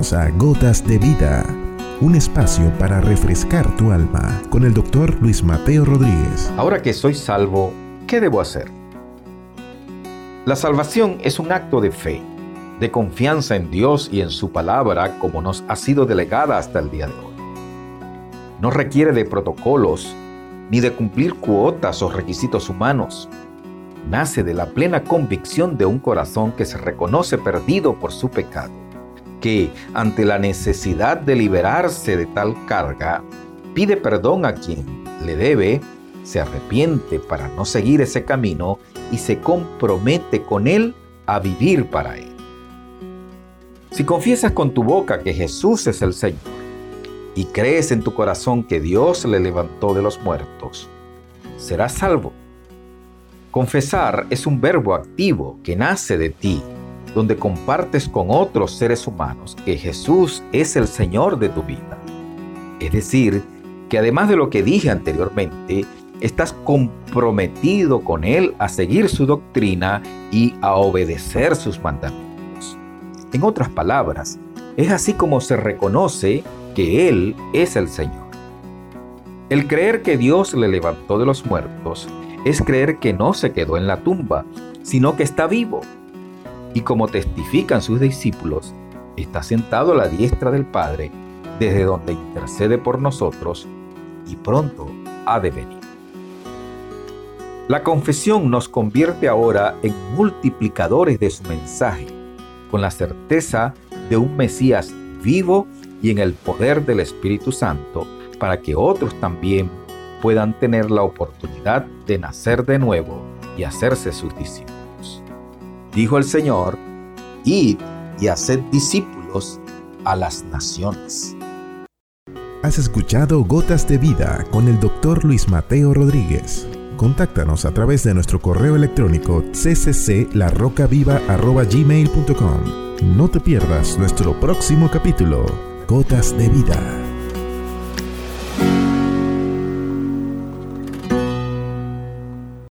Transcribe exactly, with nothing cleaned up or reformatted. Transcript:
Bienvenidos a Gotas de Vida, un espacio para refrescar tu alma, con el doctor Luis Mateo Rodríguez. Ahora que soy salvo, ¿qué debo hacer? La salvación es un acto de fe, de confianza en Dios y en su palabra como nos ha sido delegada hasta el día de hoy. No requiere de protocolos, ni de cumplir cuotas o requisitos humanos. Nace de la plena convicción de un corazón que se reconoce perdido por su pecado, que, ante la necesidad de liberarse de tal carga, pide perdón a quien le debe, se arrepiente para no seguir ese camino y se compromete con él a vivir para él. Si confiesas con tu boca que Jesús es el Señor y crees en tu corazón que Dios le levantó de los muertos, serás salvo. Confesar es un verbo activo que nace de ti, donde compartes con otros seres humanos que Jesús es el Señor de tu vida. Es decir, que además de lo que dije anteriormente, estás comprometido con Él a seguir su doctrina y a obedecer sus mandamientos. En otras palabras, es así como se reconoce que Él es el Señor. El creer que Dios le levantó de los muertos es creer que no se quedó en la tumba, sino que está vivo. Y como testifican sus discípulos, está sentado a la diestra del Padre, desde donde intercede por nosotros y pronto ha de venir. La confesión nos convierte ahora en multiplicadores de su mensaje, con la certeza de un Mesías vivo y en el poder del Espíritu Santo, para que otros también puedan tener la oportunidad de nacer de nuevo y hacerse sus discípulos. Dijo el Señor: id y haced discípulos a las naciones. Has escuchado Gotas de Vida con el doctor Luis Mateo Rodríguez. Contáctanos a través de nuestro correo electrónico c c c la roca viva arroba gmail punto com. No te pierdas nuestro próximo capítulo, Gotas de Vida.